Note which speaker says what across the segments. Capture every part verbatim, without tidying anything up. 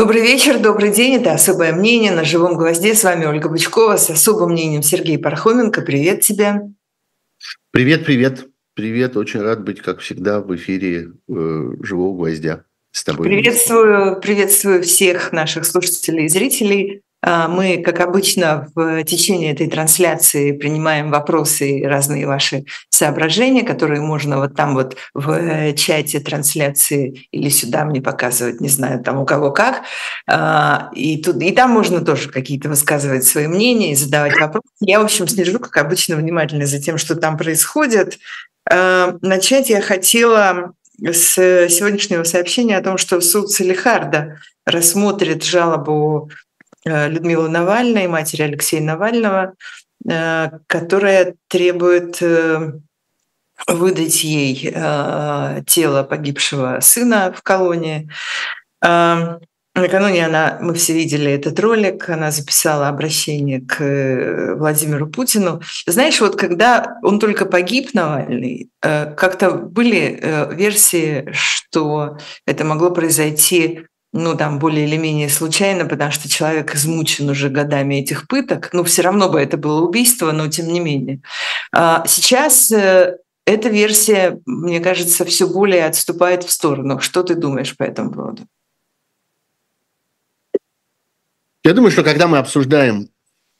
Speaker 1: Добрый вечер, добрый день. Это «Особое мнение» на «Живом гвозде». С вами Ольга Бычкова, с особым мнением Сергей Пархоменко. Привет тебе.
Speaker 2: Привет, привет. Привет, очень рад быть, как всегда, в эфире э, «Живого гвоздя» с тобой вместе.
Speaker 1: Приветствую, приветствую всех наших слушателей и зрителей. А, Мы, как обычно, в течение этой трансляции принимаем вопросы и разные ваши соображения, которые можно вот там вот в э, чате трансляции или сюда мне показывать, не знаю, там у кого как. А, И, тут, и там можно тоже какие-то высказывать свои мнения и задавать вопросы. Я, в общем, слежу, как обычно, внимательно за тем, что там происходит. А, Начать я хотела с сегодняшнего сообщения о том, что суд Салихарда рассмотрит жалобу э, Людмилы Навальной, матери Алексея Навального, э, которая требует э, выдать ей э, тело погибшего сына в колонии. А, Накануне она, мы все видели этот ролик, она записала обращение к э, Владимиру Путину. Знаешь, вот когда он только погиб, Навальный, э, как-то были э, версии, что это могло произойти, ну, там, более или менее случайно, потому что человек измучен уже годами этих пыток. Ну, все равно бы это было убийство, но тем не менее. А Сейчас э, эта версия, мне кажется, все более отступает в сторону. Что ты думаешь по этому поводу?
Speaker 2: Я думаю, что когда мы обсуждаем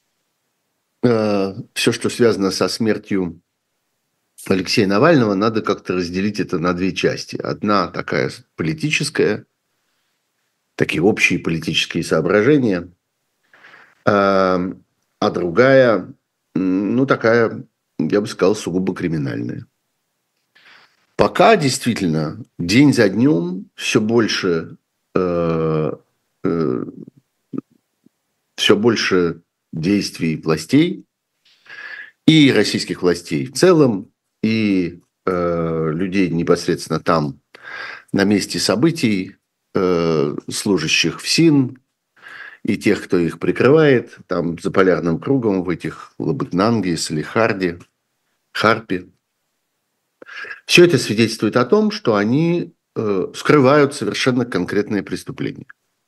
Speaker 2: э, все, что связано со смертью Алексея Навального, надо как-то разделить это на две части. Одна такая политическая, такие общие политические соображения, э, а другая, ну, такая, я бы сказал, сугубо криминальная. Пока действительно день за днем все больше, э, э, все больше действий властей и российских властей в целом, и э, людей непосредственно там, на месте событий, э, служащих в СИН и тех, кто их прикрывает, там за полярным кругом в этих Лабытнанге, Салихарде, Харпе. Все это свидетельствует о том, что они э, скрывают совершенно конкретные преступления.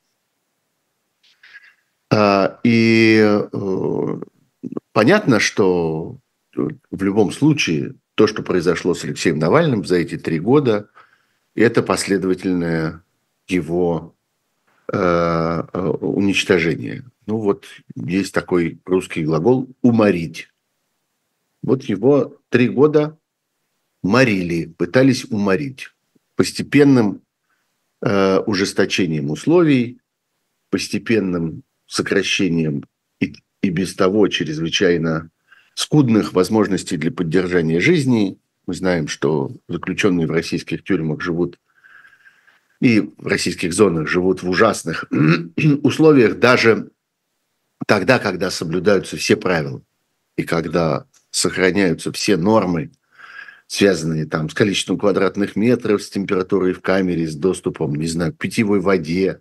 Speaker 2: А, и э, понятно, что в любом случае то, что произошло с Алексеем Навальным за эти три года, это последовательное его э, э, уничтожение. Ну вот есть такой русский глагол «уморить». Вот его три года морили, пытались уморить постепенным э, ужесточением условий, постепенным сокращением и, и без того чрезвычайно скудных возможностей для поддержания жизни. Мы знаем, что заключенные в российских тюрьмах живут и в российских зонах живут в ужасных условиях даже тогда, когда соблюдаются все правила и когда сохраняются все нормы, связанные там с количеством квадратных метров, с температурой в камере, с доступом, не знаю, к питьевой воде,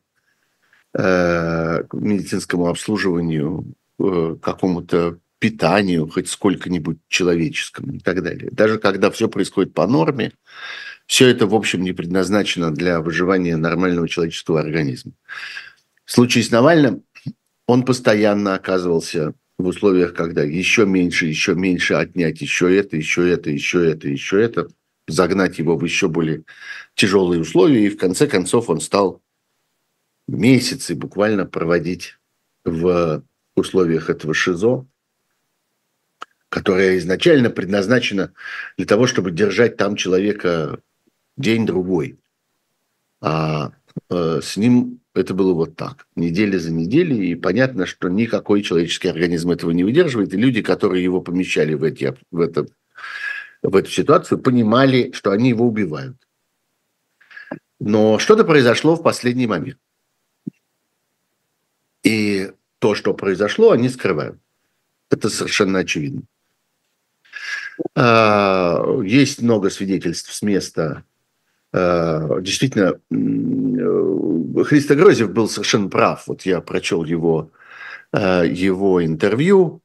Speaker 2: к медицинскому обслуживанию, к какому-то питанию, хоть сколько-нибудь человеческому и так далее. Даже когда все происходит по норме, все это, в общем, не предназначено для выживания нормального человеческого организма. В случае с Навальным он постоянно оказывался в условиях, когда еще меньше, еще меньше отнять еще это, еще это, еще это, еще это, загнать его в еще более тяжелые условия, и в конце концов он стал месяцы буквально проводить в условиях этого ШИЗО, которое изначально предназначено для того, чтобы держать там человека день-другой. А э, с ним это было вот так, неделя за неделей, и понятно, что никакой человеческий организм этого не выдерживает, и люди, которые его помещали в, эти, в, это, в эту ситуацию, понимали, что они его убивают. Но что-то произошло в последний момент. И то, что произошло, они скрывают. Это совершенно очевидно. Есть много свидетельств с места. Действительно, Христо Грозев был совершенно прав. Вот я прочел его, его интервью,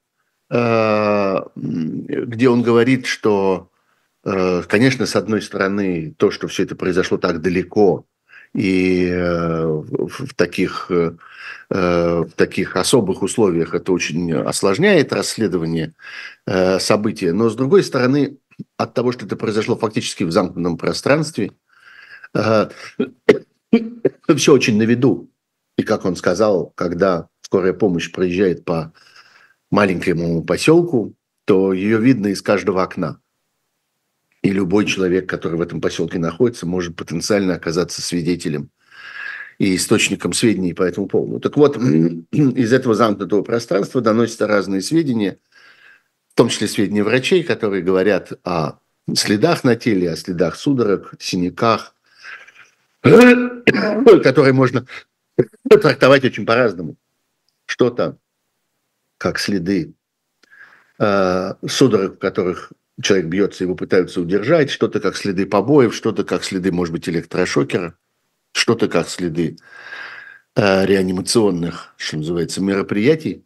Speaker 2: где он говорит, что, конечно, с одной стороны, то, что все это произошло так далеко, И в, в, таких, в таких особых условиях это очень осложняет расследование события. Но, с другой стороны, от того, что это произошло фактически в замкнутом пространстве, все очень на виду. И, как он сказал, когда скорая помощь проезжает по маленькому поселку, то ее видно из каждого окна. И любой человек, который в этом поселке находится, может потенциально оказаться свидетелем и источником сведений по этому поводу. Так вот, из этого замкнутого пространства доносятся разные сведения, в том числе сведения врачей, которые говорят о следах на теле, о следах судорог, синяках, которые можно трактовать очень по-разному. Что-то как следы э, судорог, в которых человек бьется, его пытаются удержать, что-то как следы побоев, что-то как следы, может быть, электрошокера, что-то как следы э, реанимационных, что называется, мероприятий.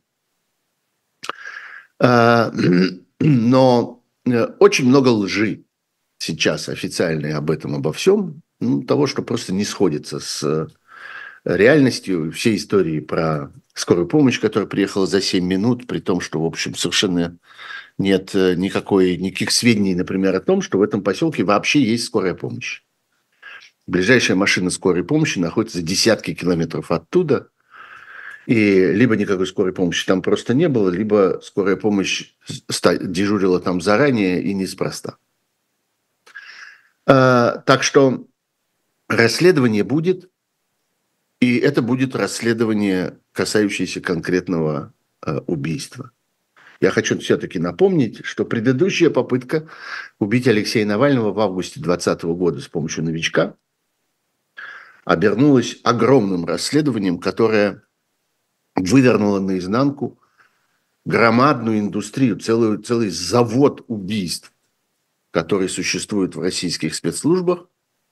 Speaker 2: Э, но э, очень много лжи сейчас официальной об этом, обо всем, ну, того, что просто не сходится с реальностью всей истории про скорую помощь, которая приехала за семь минут, при том, что, в общем, совершенно нет никакой, никаких сведений, например, о том, что в этом поселке вообще есть скорая помощь. Ближайшая машина скорой помощи находится за десятки километров оттуда, и либо никакой скорой помощи там просто не было, либо скорая помощь дежурила там заранее и неспроста. Так что расследование будет, и это будет расследование, касающееся конкретного э, убийства. Я хочу все-таки напомнить, что предыдущая попытка убить Алексея Навального в августе две тысячи двадцатого года с помощью новичка обернулась огромным расследованием, которое вывернуло наизнанку громадную индустрию, целую, целый завод убийств, который существует в российских спецслужбах,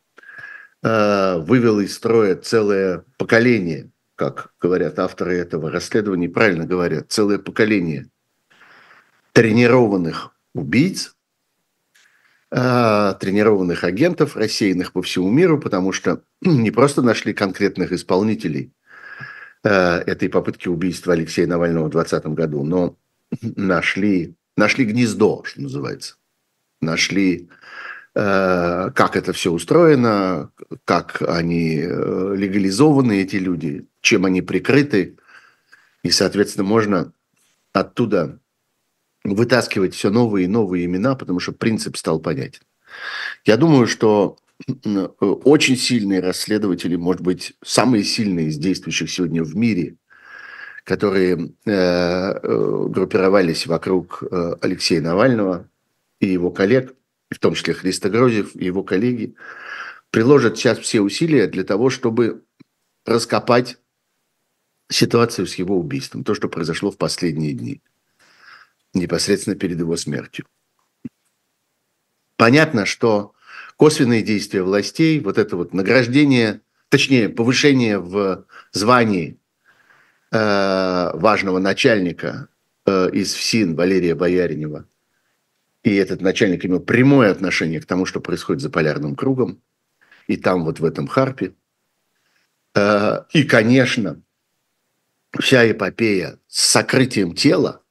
Speaker 2: вывел из строя целое поколение, как говорят авторы этого расследования, правильно говорят, целое поколение тренированных убийц, тренированных агентов, рассеянных по всему миру, потому что не просто нашли конкретных исполнителей этой попытки убийства Алексея Навального в двадцатом году, но нашли, нашли гнездо, что называется, нашли как это все устроено, как они легализованы, эти люди, чем они прикрыты. И, соответственно, можно оттуда вытаскивать все новые и новые имена, потому что принцип стал понятен. Я думаю, что очень сильные расследователи, может быть, самые сильные из действующих сегодня в мире, которые группировались вокруг Алексея Навального и его коллег, в том числе Христо Грозев и его коллеги, приложат сейчас все усилия для того, чтобы раскопать ситуацию с его убийством, то, что произошло в последние дни, непосредственно перед его смертью. Понятно, что косвенные действия властей, вот это вот награждение, точнее, повышение в звании э, важного начальника э, из ФСИН Валерия Бояринева, и этот начальник имел прямое отношение к тому, что происходит за полярным кругом, и там вот в этом Харпе. И, конечно, вся эпопея с сокрытием тела,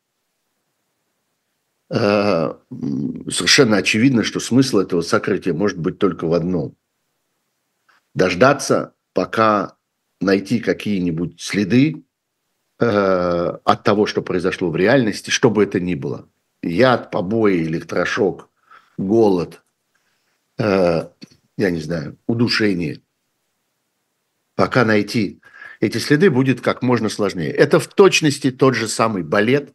Speaker 2: совершенно очевидно, что смысл этого сокрытия может быть только в одном. Дождаться, пока найти какие-нибудь следы от того, что произошло в реальности, что бы это ни было. Яд, побои, электрошок, голод, э, я не знаю, удушение. Пока найти эти следы будет как можно сложнее. Это в точности тот же самый балет,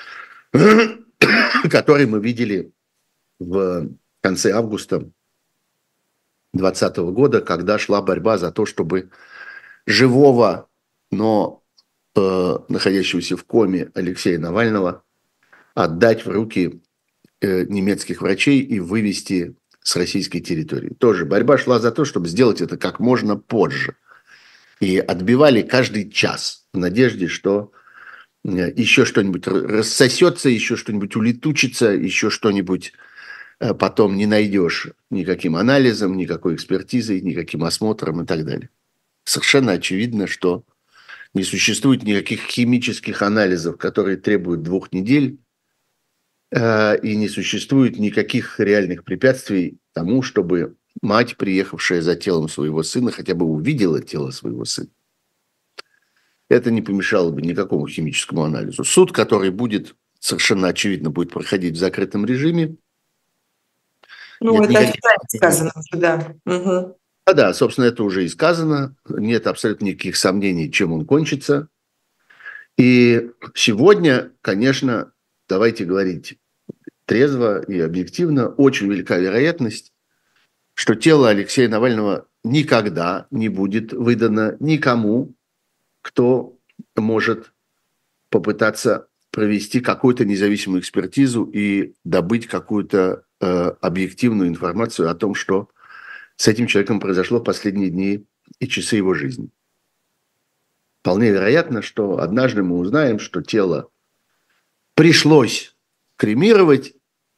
Speaker 2: который мы видели в конце августа двадцатого года, когда шла борьба за то, чтобы живого, но э, находящегося в коме Алексея Навального отдать в руки э, немецких врачей и вывести с российской территории. Тоже борьба шла за то, чтобы сделать это как можно позже. И отбивали каждый час в надежде, что еще что-нибудь рассосется, еще что-нибудь улетучится, еще что-нибудь потом не найдешь никаким анализом, никакой экспертизой, никаким осмотром и так далее. Совершенно очевидно, что не существует никаких химических анализов, которые требуют двух недель, и не существует никаких реальных препятствий тому, чтобы мать, приехавшая за телом своего сына, хотя бы увидела тело своего сына. Это не помешало бы никакому химическому анализу. Суд, который будет, совершенно очевидно, будет проходить в закрытом режиме.
Speaker 1: Ну,
Speaker 2: Нет
Speaker 1: это
Speaker 2: никаких...
Speaker 1: официально сказано уже, да. Угу.
Speaker 2: А да, собственно, это уже и сказано. Нет абсолютно никаких сомнений, чем он кончится. И сегодня, конечно, давайте говорить трезво и объективно, очень велика вероятность, что тело Алексея Навального никогда не будет выдано никому, кто может попытаться провести какую-то независимую экспертизу и добыть какую-то э, объективную информацию о том, что с этим человеком произошло в последние дни и часы его жизни. Вполне вероятно, что однажды мы узнаем, что тело пришлось кремировать,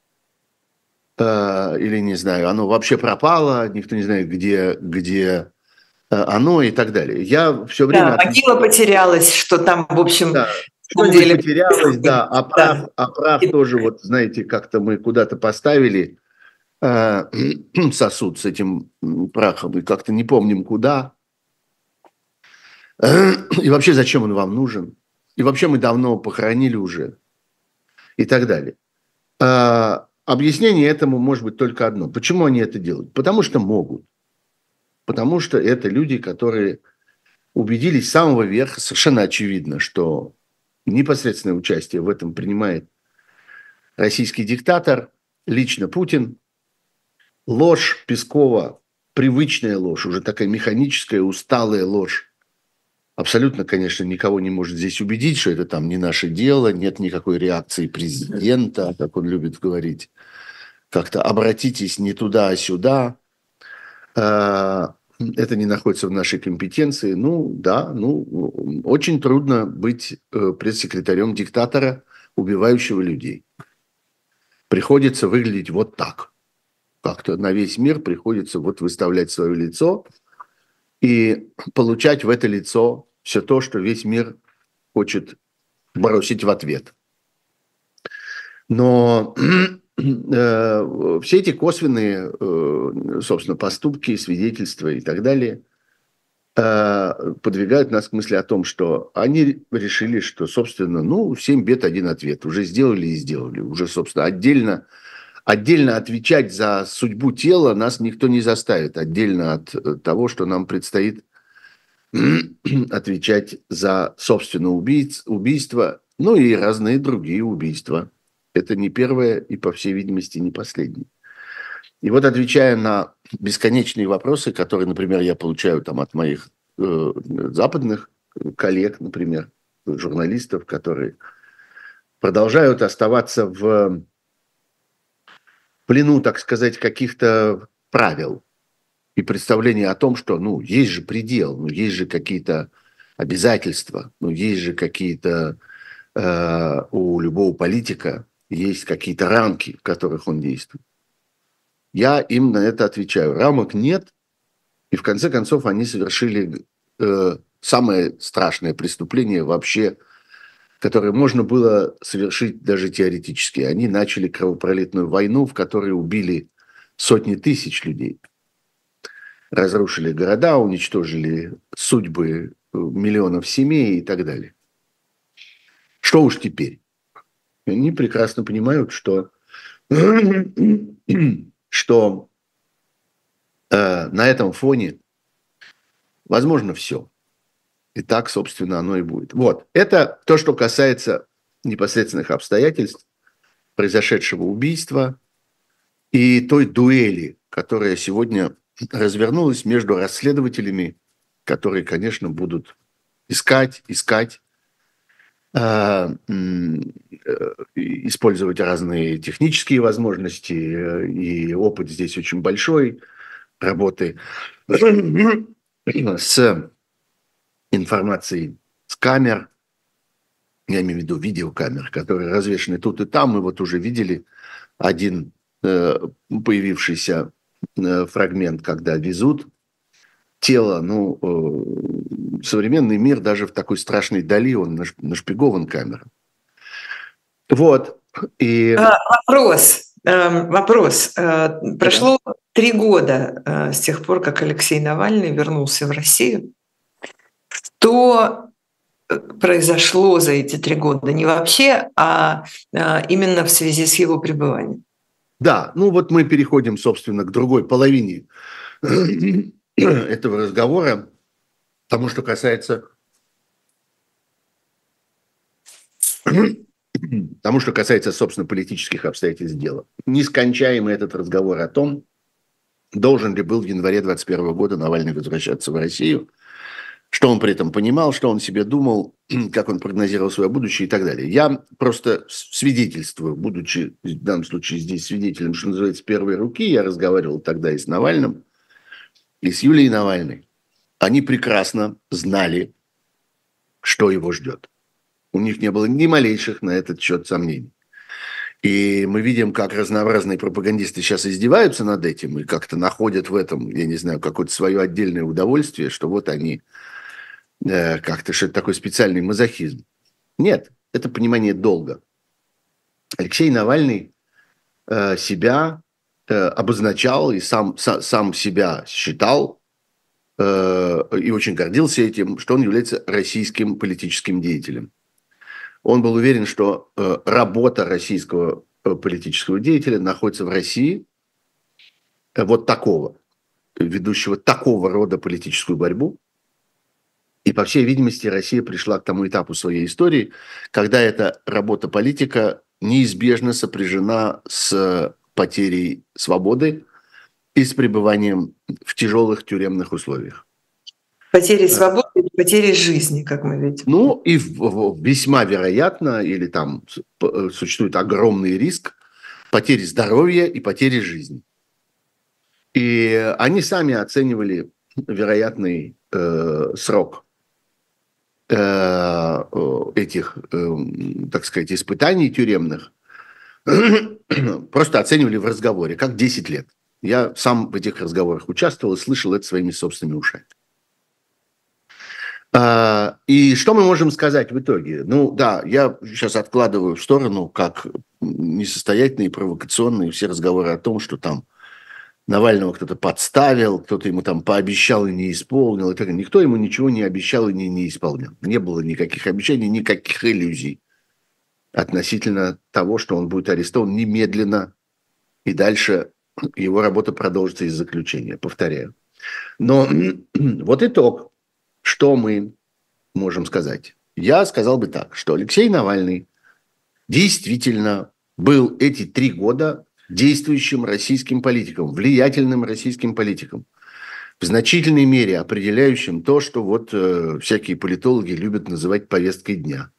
Speaker 2: э, или, не знаю, оно вообще пропало, никто не знает, где, где оно и так далее. Я все время...
Speaker 1: Да, могила потерялась, что там, в общем...
Speaker 2: Да, что-нибудь деле... потерялось, да, а прав, да. А прав тоже, вот, знаете, как-то мы куда-то поставили э, сосуд с этим прахом и как-то не помним куда. И вообще, зачем он вам нужен? И вообще мы давно похоронили уже. И так далее. А, объяснение этому может быть только одно. Почему они это делают? Потому что могут. Потому что это люди, которые убедились с самого верха, совершенно очевидно, что непосредственное участие в этом принимает российский диктатор, лично Путин. Ложь Пескова, привычная ложь, уже такая механическая, усталая ложь, абсолютно, конечно, никого не может здесь убедить, что это там не наше дело, нет никакой реакции президента, как он любит говорить. Как-то обратитесь не туда, а сюда. Это не находится в нашей компетенции. Ну, да, ну, очень трудно быть пресс-секретарем диктатора, убивающего людей. Приходится выглядеть вот так. Как-то на весь мир приходится вот выставлять свое лицо и получать в это лицо все то, что весь мир хочет бросить в ответ. Но э, все эти косвенные, э, собственно, поступки, свидетельства и так далее э, подвигают нас к мысли о том, что они решили, что, собственно, ну, семь бед, один ответ. Уже сделали и сделали. Уже, собственно, отдельно, отдельно отвечать за судьбу тела нас никто не заставит. Отдельно от того, что нам предстоит отвечать за, собственно, убийц, убийства, ну и разные другие убийства. Это не первое и, по всей видимости, не последнее. И вот, отвечая на бесконечные вопросы, которые, например, я получаю там, от моих э, западных коллег, например, журналистов, которые продолжают оставаться в плену, так сказать, каких-то правил и представления о том, что, ну, есть же предел, ну, есть же какие-то обязательства, ну, есть же какие-то э, у любого политика есть какие-то рамки, в которых он действует. Я им на это отвечаю. Рамок нет, и в конце концов они совершили э, самое страшное преступление вообще, которое можно было совершить даже теоретически. Они начали кровопролитную войну, в которой убили сотни тысяч людей. Разрушили города, уничтожили судьбы миллионов семей и так далее. Что уж теперь? Они прекрасно понимают, что, что э, на этом фоне возможно все. И так, собственно, оно и будет. Вот. Это то, что касается непосредственных обстоятельств произошедшего убийства и той дуэли, которая сегодня развернулась между расследователями, которые, конечно, будут искать, искать, э, э, использовать разные технические возможности, и опыт здесь очень большой, работы с информацией с камер, я имею в виду видеокамер, которые развешаны тут и там. Мы вот уже видели один появившийся фрагмент, когда везут тело, ну, современный мир даже в такой страшной дали, он нашпигован камерой. Вот. И...
Speaker 1: Вопрос. Вопрос. Прошло три года с тех пор, как Алексей Навальный вернулся в Россию. Что произошло за эти три года? Не вообще, а именно в связи с его пребыванием.
Speaker 2: Да, ну вот мы переходим, собственно, к другой половине этого разговора, тому, что касается... Тому, что касается, собственно, политических обстоятельств дела. Нескончаемый этот разговор о том, должен ли был в январе двадцать первого года Навальный возвращаться в Россию, что он при этом понимал, что он себе думал, как он прогнозировал свое будущее и так далее. Я просто свидетельствую, будучи в данном случае здесь свидетелем, что называется, первой руки, я разговаривал тогда и с Навальным, и с Юлией Навальной. Они прекрасно знали, что его ждет. У них не было ни малейших на этот счет сомнений. И мы видим, как разнообразные пропагандисты сейчас издеваются над этим и как-то находят в этом, я не знаю, какое-то свое отдельное удовольствие, что вот они э, как-то, что это такой специальный мазохизм. Нет, это понимание долга. Алексей Навальный э, себя э, обозначал и сам, са, сам себя считал э, и очень гордился этим, что он является российским политическим деятелем. Он был уверен, что э, работа российского э, политического деятеля находится в России, э, вот такого, ведущего такого рода политическую борьбу. И, по всей видимости, Россия пришла к тому этапу своей истории, когда эта работа политика неизбежно сопряжена с потерей свободы и с пребыванием в тяжелых тюремных условиях.
Speaker 1: Потери свободы и потери жизни, как мы видим.
Speaker 2: Ну, и весьма вероятно, или там существует огромный риск потери здоровья и потери жизни. И они сами оценивали вероятный э, срок э, этих, э, так сказать, испытаний тюремных. Просто оценивали в разговоре, как десять лет. Я сам в этих разговорах участвовал и слышал это своими собственными ушами. И что мы можем сказать в итоге? Ну да, я сейчас откладываю в сторону как несостоятельные, провокационные все разговоры о том, что там Навального кто-то подставил, кто-то ему там пообещал и не исполнил. И так. Никто ему ничего не обещал и не, не исполнил. Не было никаких обещаний, никаких иллюзий относительно того, что он будет арестован немедленно, и дальше его работа продолжится из заключения, повторяю. Но вот итог. Что мы можем сказать? Я сказал бы так, что Алексей Навальный действительно был эти три года действующим российским политиком, влиятельным российским политиком, в значительной мере определяющим то, что вот э, всякие политологи любят называть повесткой дня.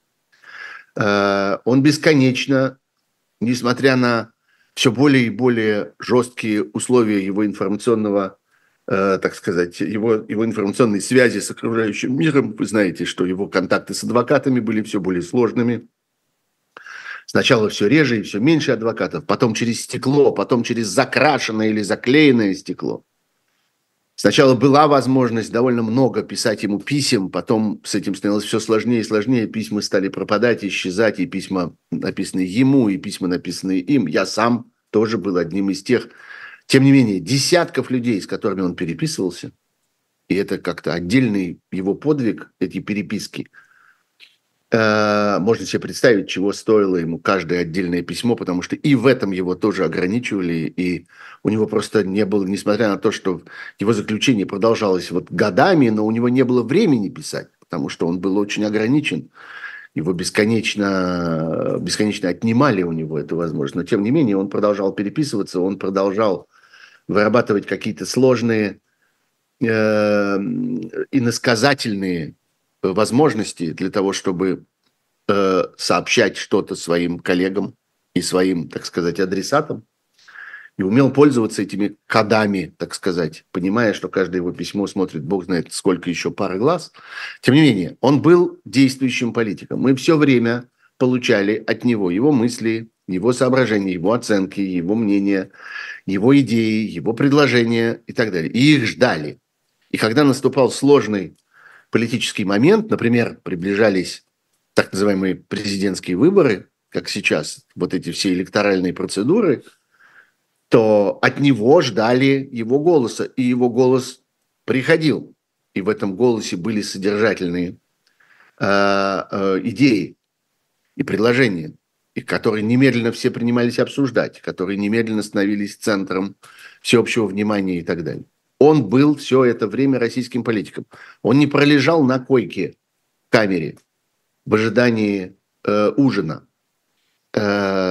Speaker 2: Э, он бесконечно, несмотря на все более и более жесткие условия его информационного, так сказать, его, его информационной связи с окружающим миром. Вы знаете, что его контакты с адвокатами были все более сложными. Сначала все реже и все меньше адвокатов, потом через стекло, потом через закрашенное или заклеенное стекло. Сначала была возможность довольно много писать ему писем, потом с этим становилось все сложнее и сложнее, письма стали пропадать, исчезать, и письма, написанные ему, и письма, написанные им. Я сам тоже был одним из тех. Тем не менее, десятков людей, с которыми он переписывался, и это как-то отдельный его подвиг, эти переписки, э, можно себе представить, чего стоило ему каждое отдельное письмо, потому что и в этом его тоже ограничивали, и у него просто не было, несмотря на то, что его заключение продолжалось вот годами, но у него не было времени писать, потому что он был очень ограничен. Его бесконечно, бесконечно отнимали у него эту возможность. Но, тем не менее, он продолжал переписываться, он продолжал вырабатывать какие-то сложные э, иносказательные возможности для того, чтобы э, сообщать что-то своим коллегам и своим, так сказать, адресатам. И умел пользоваться этими кодами, так сказать, понимая, что каждое его письмо смотрит бог знает сколько еще пары глаз. Тем не менее, он был действующим политиком. Мы все время получали от него его мысли, его соображения, его оценки, его мнения, его идеи, его предложения и так далее. И их ждали. И когда наступал сложный политический момент, например, приближались так называемые президентские выборы, как сейчас, вот эти все электоральные процедуры, то от него ждали его голоса, и его голос приходил. И в этом голосе были содержательные э, э, идеи и предложения, и которые немедленно все принимались обсуждать, которые немедленно становились центром всеобщего внимания и так далее. Он был все это время российским политиком. Он не пролежал на койке в камере в ожидании э, ужина э,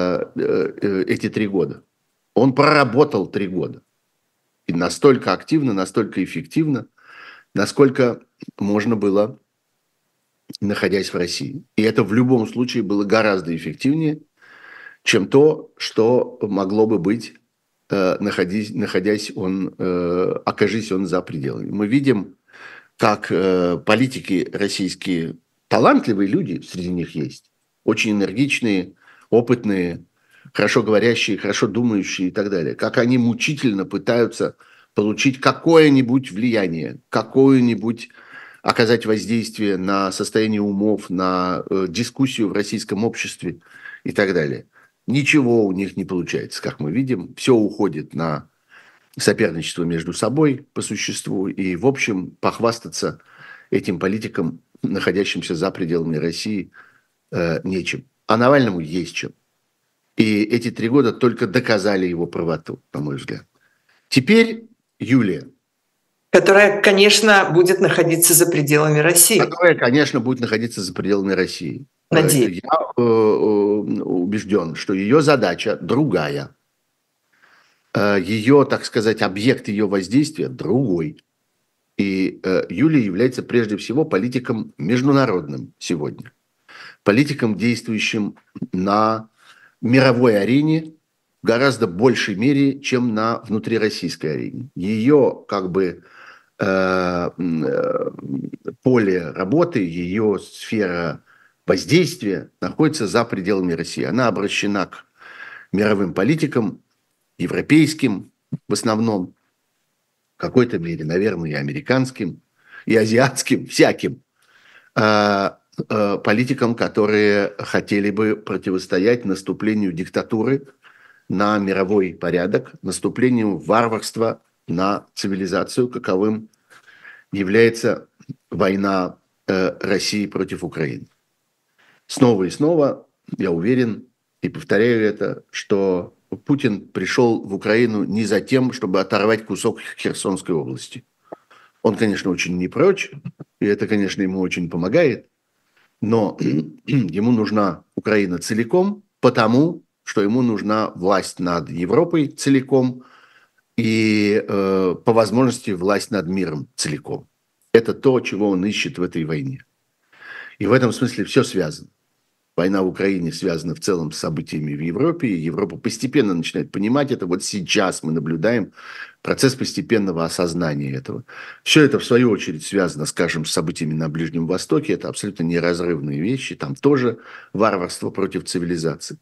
Speaker 2: э, эти три года. Он проработал три года. И настолько активно, настолько эффективно, насколько можно было, находясь в России. И это в любом случае было гораздо эффективнее, чем то, что могло бы быть, э, находясь, находясь он, э, окажись он за пределами. Мы видим, как э, политики российские, талантливые люди среди них есть, очень энергичные, опытные, хорошо говорящие, хорошо думающие и так далее, как они мучительно пытаются получить какое-нибудь влияние, какое-нибудь оказать воздействие на состояние умов, на э, дискуссию в российском обществе и так далее. Ничего у них не получается, как мы видим. Все уходит на соперничество между собой по существу. И, в общем, похвастаться этим политикам, находящимся за пределами России, э, нечем. А Навальному есть чем. И эти три года только доказали его правоту, на мой взгляд. Теперь Юлия.
Speaker 1: Которая, конечно, будет находиться за пределами России.
Speaker 2: Которая, конечно, будет находиться за пределами России.
Speaker 1: Надеюсь.
Speaker 2: Я э, убежден, что ее задача другая. Ее, так сказать, объект ее воздействия другой. И э, Юлия является прежде всего политиком международным сегодня. Политиком, действующим на мировой арене в гораздо большей мере, чем на внутрироссийской арене. Ее как бы э, э, поле работы, ее сфера воздействия находится за пределами России. Она обращена к мировым политикам, европейским в основном, в какой-то мере, наверное, и американским, и азиатским, всяким э, э, политикам, которые хотели бы противостоять наступлению диктатуры на мировой порядок, наступлению варварства на цивилизацию, каковым является война э, России против Украины. Снова и снова я уверен и повторяю это, что Путин пришел в Украину не за тем, чтобы оторвать кусок Херсонской области. Он, конечно, очень не прочь, и это, конечно, ему очень помогает, но ему нужна Украина целиком, потому что ему нужна власть над Европой целиком и, э, по возможности, власть над миром целиком. Это то, чего он ищет в этой войне. И в этом смысле все связано. Война в Украине связана в целом с событиями в Европе, и Европа постепенно начинает понимать это. Вот сейчас мы наблюдаем процесс постепенного осознания этого. Все это, в свою очередь, связано, скажем, с событиями на Ближнем Востоке. Это абсолютно неразрывные вещи. Там тоже варварство против цивилизации.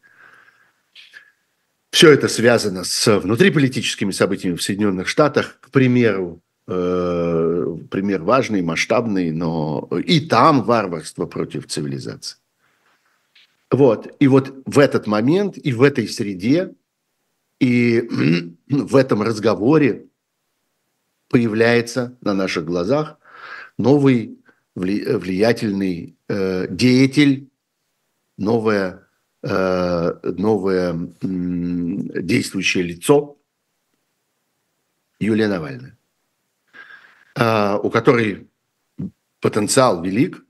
Speaker 2: Все это связано с внутриполитическими событиями в Соединенных Штатах, к примеру. Э, пример важный, масштабный, но и там варварство против цивилизации. Вот. И вот в этот момент, и в этой среде, и в этом разговоре появляется на наших глазах новый влиятельный э, деятель, новое, э, новое э, действующее лицо Юлия Навальная, э, у которой потенциал велик,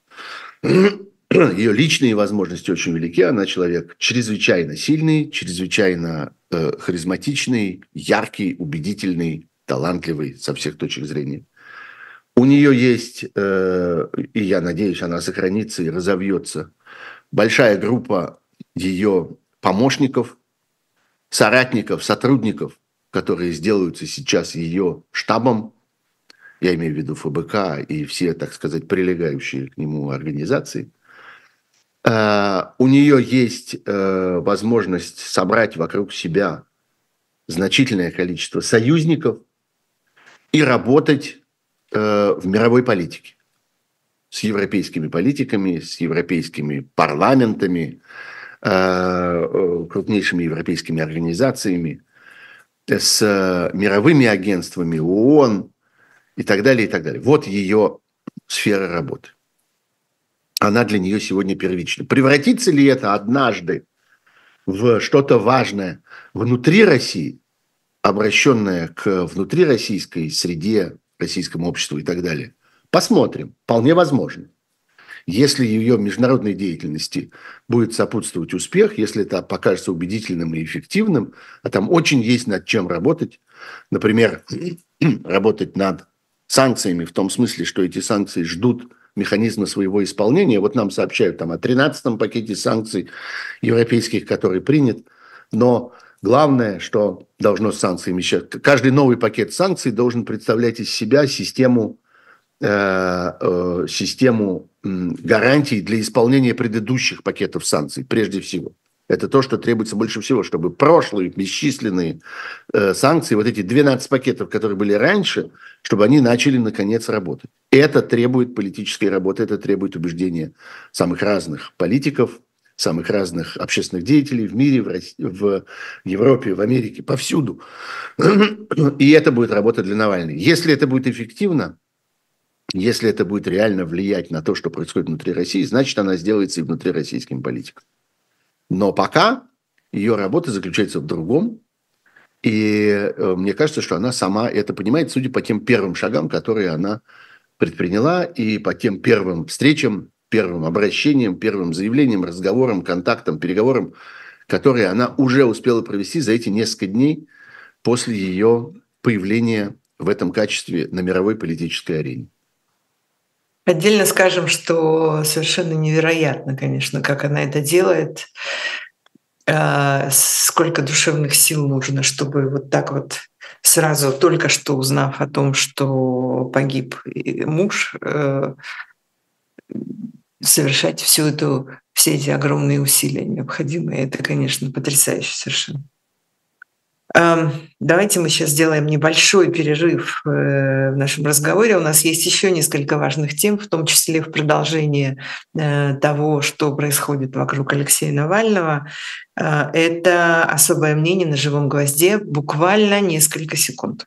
Speaker 2: ее личные возможности очень велики. Она человек чрезвычайно сильный, чрезвычайно э, харизматичный, яркий, убедительный, талантливый со всех точек зрения. У нее есть, э, и я надеюсь, она сохранится и разовьется, большая группа ее помощников, соратников, сотрудников, которые сделаются сейчас ее штабом. Я имею в виду ФБК и все, так сказать, прилегающие к нему организации. У нее есть возможность собрать вокруг себя значительное количество союзников и работать в мировой политике с европейскими политиками, с европейскими парламентами, крупнейшими европейскими организациями, с мировыми агентствами, ООН и так далее, и так далее. Вот ее сфера работы. Она для нее сегодня первична. Превратится ли это однажды в что-то важное внутри России, обращенное к внутрироссийской среде, российскому обществу и так далее? Посмотрим. Вполне возможно. Если ее международной деятельности будет сопутствовать успех, если это покажется убедительным и эффективным, а там очень есть над чем работать, например, работать над санкциями в том смысле, что эти санкции ждут механизма своего исполнения. Вот нам сообщают там о тринадцатом пакете санкций европейских, который принят, но главное, что должно с санкциями сейчас, каждый новый пакет санкций должен представлять из себя систему систему гарантий для исполнения предыдущих пакетов санкций, прежде всего. Это то, что требуется больше всего, чтобы прошлые бесчисленные э, санкции, вот эти двенадцать пакетов, которые были раньше, чтобы они начали, наконец, работать. Это требует политической работы, это требует убеждения самых разных политиков, самых разных общественных деятелей в мире, в, России, в Европе, в Америке, повсюду. И это будет работа для Навальной. Если это будет эффективно, если это будет реально влиять на то, что происходит внутри России, значит, она сделается и внутри российским политиком. Но пока ее работа заключается в другом. И мне кажется, что она сама это понимает, судя по тем первым шагам, которые она предприняла, и по тем первым встречам, первым обращениям, первым заявлениям, разговорам, контактам, переговорам, которые она уже успела провести за эти несколько дней после ее появления в этом качестве на мировой политической арене.
Speaker 1: Отдельно скажем, что совершенно невероятно, конечно, как она это делает. Сколько душевных сил нужно, чтобы вот так вот сразу, только что узнав о том, что погиб муж, совершать всю эту, все эти огромные усилия необходимые. Это, конечно, потрясающе совершенно. Давайте мы сейчас сделаем небольшой перерыв в нашем разговоре. У нас есть еще несколько важных тем, в том числе в продолжение того, что происходит вокруг Алексея Навального. Это особое мнение на живом гвозде. Буквально несколько секунд.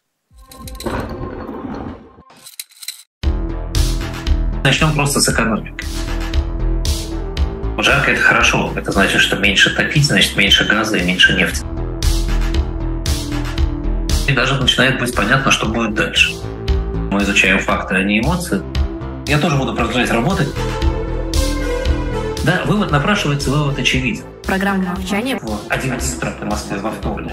Speaker 3: Начнем просто с экономики. Жарко — это хорошо. Это значит, что меньше топить, значит меньше газа и меньше нефти. И даже начинает быть понятно, что будет дальше. Мы изучаем факты, а не эмоции. Я тоже буду продолжать работать. Да, вывод напрашивается, вывод очевиден.
Speaker 4: Программа «Молчание».
Speaker 3: Вот, одиннадцать утра по Москве во вторник.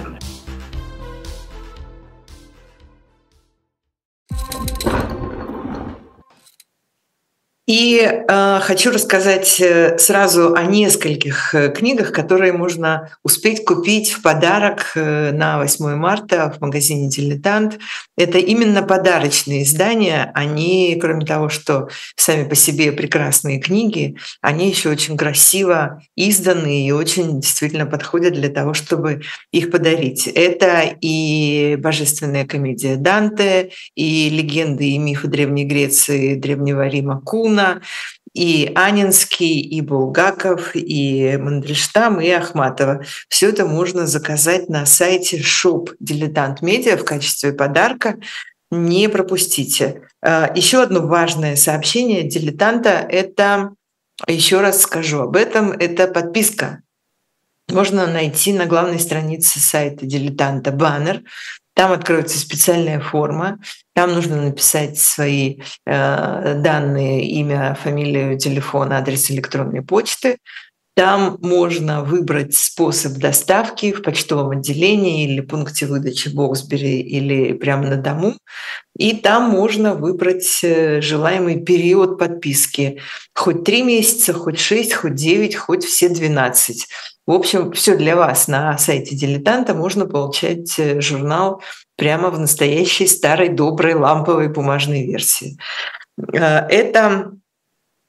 Speaker 1: И э, хочу рассказать сразу о нескольких книгах, которые можно успеть купить в подарок на восьмое марта в магазине «Дилетант». Это именно подарочные издания. Они, кроме того, что сами по себе прекрасные книги, они еще очень красиво изданы и очень действительно подходят для того, чтобы их подарить. Это и «Божественная комедия Данте», и «Легенды и мифы Древней Греции, Древнего Рима» Куна, и Анинский, и Булгаков, и Мандельштам, и Ахматова. Все это можно заказать на сайте Shop Dilettant Media в качестве подарка. Не пропустите. Еще одно важное сообщение «Дилетанта» — это, еще раз скажу об этом, это подписка. Можно найти на главной странице сайта «Дилетанта» баннер. Там откроется специальная форма. Там нужно написать свои э, данные, имя, фамилию, телефон, адрес электронной почты. Там можно выбрать способ доставки в почтовом отделении или пункте выдачи Боксбери или прямо на дому. И там можно выбрать желаемый период подписки. Хоть три месяца, хоть шесть, хоть девять, хоть все двенадцать. В общем, все для вас. На сайте «Дилетанта» можно получать журнал прямо в настоящей старой доброй ламповой бумажной версии. Это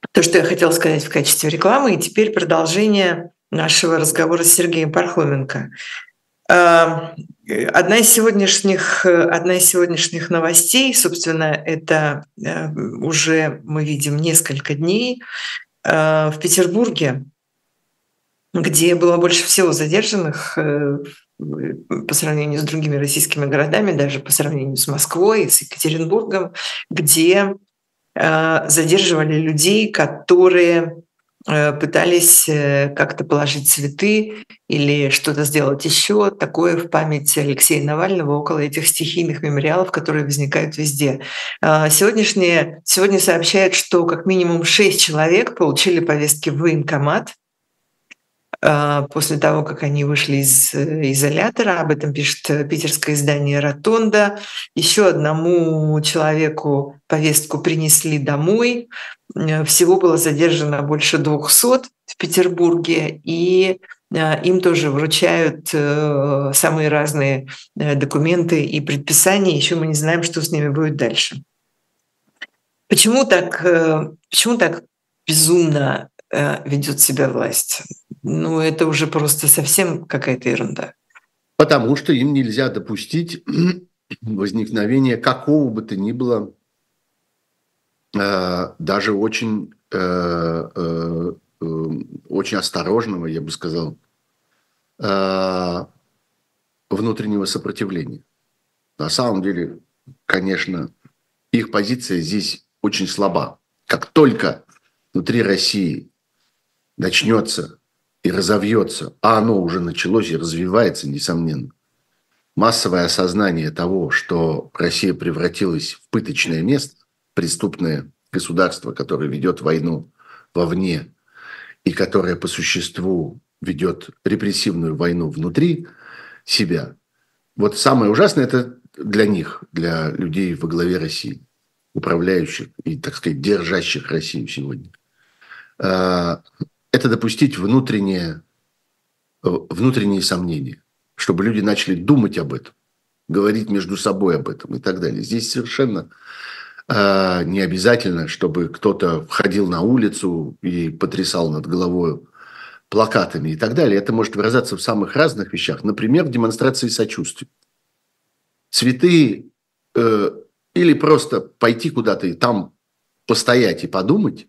Speaker 1: то, что я хотела сказать в качестве рекламы, и теперь продолжение нашего разговора с Сергеем Пархоменко. Одна из сегодняшних, одна из сегодняшних новостей, собственно, это уже мы видим несколько дней в Петербурге, где было больше всего задержанных по сравнению с другими российскими городами, даже по сравнению с Москвой и с Екатеринбургом, где задерживали людей, которые пытались как-то положить цветы или что-то сделать еще такое в память Алексея Навального около этих стихийных мемориалов, которые возникают везде. Сегодняшние, сегодня сообщают, что как минимум шесть человек получили повестки в военкомат после того, как они вышли из изолятора. Об этом пишет питерское издание «Ротонда». Еще одному человеку повестку принесли домой. Всего было задержано больше двухсот в Петербурге, и им тоже вручают самые разные документы и предписания. Еще мы не знаем, что с ними будет дальше. Почему так, почему так безумно ведет себя власть? Ну, это уже просто совсем какая-то ерунда.
Speaker 2: Потому что им нельзя допустить возникновения какого бы то ни было, э, даже очень, э, э, очень осторожного, я бы сказал, э, внутреннего сопротивления. На самом деле, конечно, их позиция здесь очень слаба. Как только внутри России начнется и разовьется, а оно уже началось и развивается, несомненно, массовое осознание того, что Россия превратилась в пыточное место, преступное государство, которое ведет войну вовне и которое по существу ведет репрессивную войну внутри себя. Вот самое ужасное это для них, для людей во главе России, управляющих и, так сказать, держащих Россию сегодня. Это допустить внутренние, внутренние сомнения, чтобы люди начали думать об этом, говорить между собой об этом и так далее. Здесь совершенно э, не обязательно, чтобы кто-то входил на улицу и потрясал над головой плакатами и так далее. Это может выражаться в самых разных вещах. Например, в демонстрации сочувствия. Цветы э, или просто пойти куда-то и там постоять и подумать,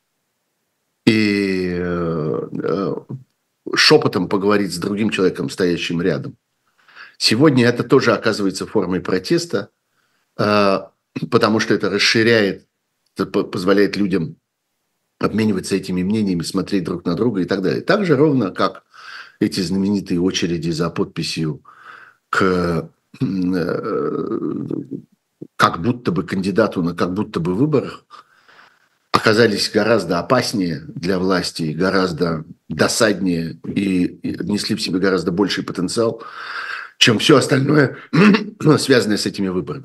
Speaker 2: и э, шепотом поговорить с другим человеком, стоящим рядом. Сегодня это тоже оказывается формой протеста, э, потому что это расширяет, это позволяет людям обмениваться этими мнениями, смотреть друг на друга и так далее. Так же ровно, как эти знаменитые очереди за подписью к э, как будто бы кандидату на как будто бы выборах оказались гораздо опаснее для власти, гораздо досаднее и несли в себе гораздо больший потенциал, чем все остальное, связанное с этими выборами.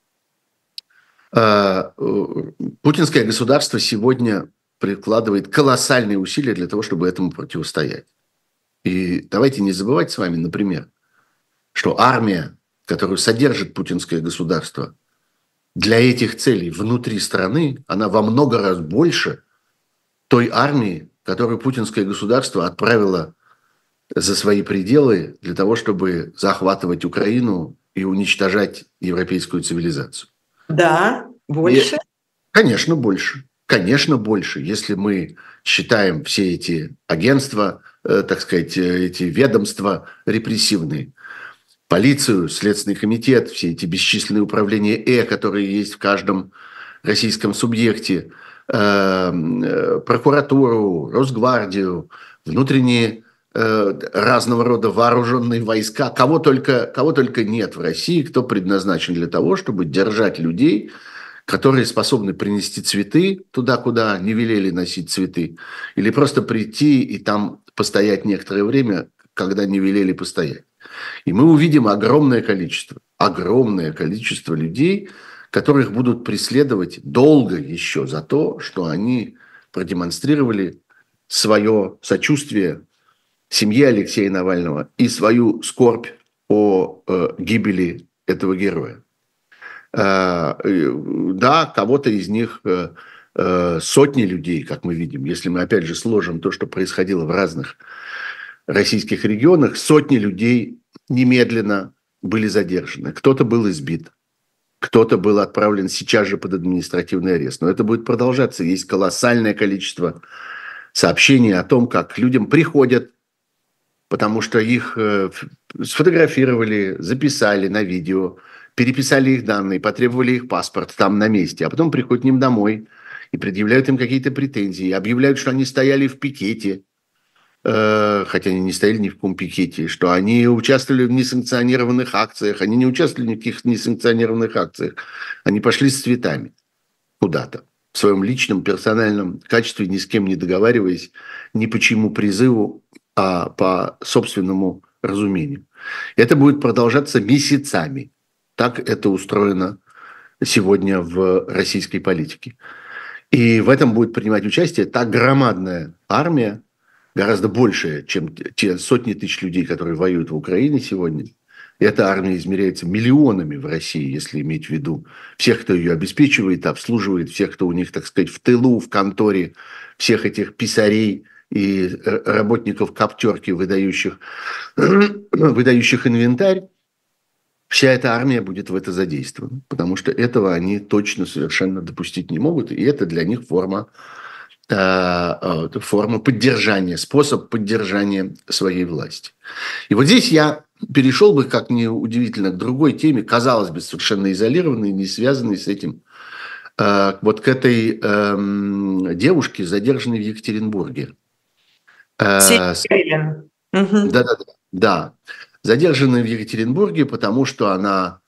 Speaker 2: Путинское государство сегодня прикладывает колоссальные усилия для того, чтобы этому противостоять. И давайте не забывать с вами, например, что армия, которую содержит путинское государство, для этих целей внутри страны, она во много раз больше той армии, которую путинское государство отправило за свои пределы для того, чтобы захватывать Украину и уничтожать европейскую цивилизацию.
Speaker 1: Да, больше?
Speaker 2: И, конечно, больше. Конечно, больше. Если мы считаем все эти агентства, э, так сказать, эти ведомства репрессивные, полицию, Следственный комитет, все эти бесчисленные управления Э, которые есть в каждом российском субъекте, э, прокуратуру, Росгвардию, внутренние э, разного рода вооруженные войска, кого только, кого только нет в России, кто предназначен для того, чтобы держать людей, которые способны принести цветы туда, куда не велели носить цветы, или просто прийти и там постоять некоторое время, когда не велели постоять. И мы увидим огромное количество, огромное количество людей, которых будут преследовать долго еще за то, что они продемонстрировали свое сочувствие семье Алексея Навального и свою скорбь о э, гибели этого героя. Э, да, кого-то из них э, сотни людей, как мы видим, если мы опять же сложим то, что происходило в разных российских регионах, сотни людей немедленно были задержаны. Кто-то был избит, кто-то был отправлен сейчас же под административный арест. Но это будет продолжаться. Есть колоссальное количество сообщений о том, как людям приходят, потому что их сфотографировали, записали на видео, переписали их данные, потребовали их паспорт там на месте, а потом приходят к ним домой и предъявляют им какие-то претензии, объявляют, что они стояли в пикете, хотя они не стояли ни в каком пикете, что они участвовали в несанкционированных акциях, они не участвовали в никаких несанкционированных акциях, они пошли с цветами куда-то, в своем личном, персональном качестве, ни с кем не договариваясь, ни по чьему призыву, а по собственному разумению. Это будет продолжаться месяцами. Так это устроено сегодня в российской политике. И в этом будет принимать участие та громадная армия, гораздо большая, чем те сотни тысяч людей, которые воюют в Украине сегодня. И эта армия измеряется миллионами в России, если иметь в виду всех, кто ее обеспечивает, обслуживает, всех, кто у них, так сказать, в тылу, в конторе, всех этих писарей и работников коптерки, выдающих, выдающих инвентарь. Вся эта армия будет в это задействована, потому что этого они точно совершенно допустить не могут, и это для них форма, э, форма поддержания, способ поддержания своей власти. И вот здесь я перешел бы, как ни удивительно, к другой теме, казалось бы, совершенно изолированной, не связанной с этим, э, вот к этой э, девушке, задержанной в Екатеринбурге. Э, Да-да-да. Да. Задержанной в Екатеринбурге, потому что она,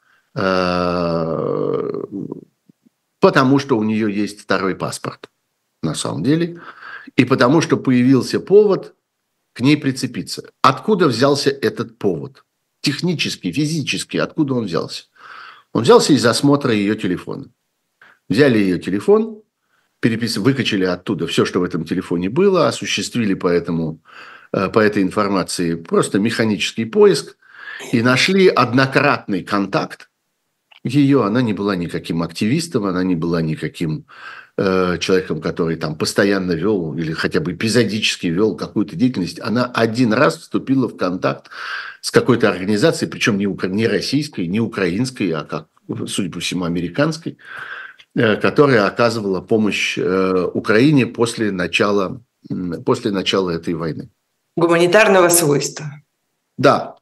Speaker 2: э, потому что у нее есть второй паспорт, на самом деле, и потому что появился повод к ней прицепиться. Откуда взялся этот повод? Технически, физически, откуда он взялся? Он взялся из осмотра ее телефона. Взяли ее телефон, перепис... выкачали оттуда все, что в этом телефоне было, осуществили по этому... по этой информации просто механический поиск и нашли однократный контакт ее. Она не была никаким активистом, она не была никаким э, человеком, который там постоянно вел или хотя бы эпизодически вел какую-то деятельность. Она один раз вступила в контакт с какой-то организацией, причем не, укра... не российской, не украинской, а, как, судя по всему, американской, э, которая оказывала помощь э, Украине после начала, э, после начала этой войны.
Speaker 1: Гуманитарного свойства. Да.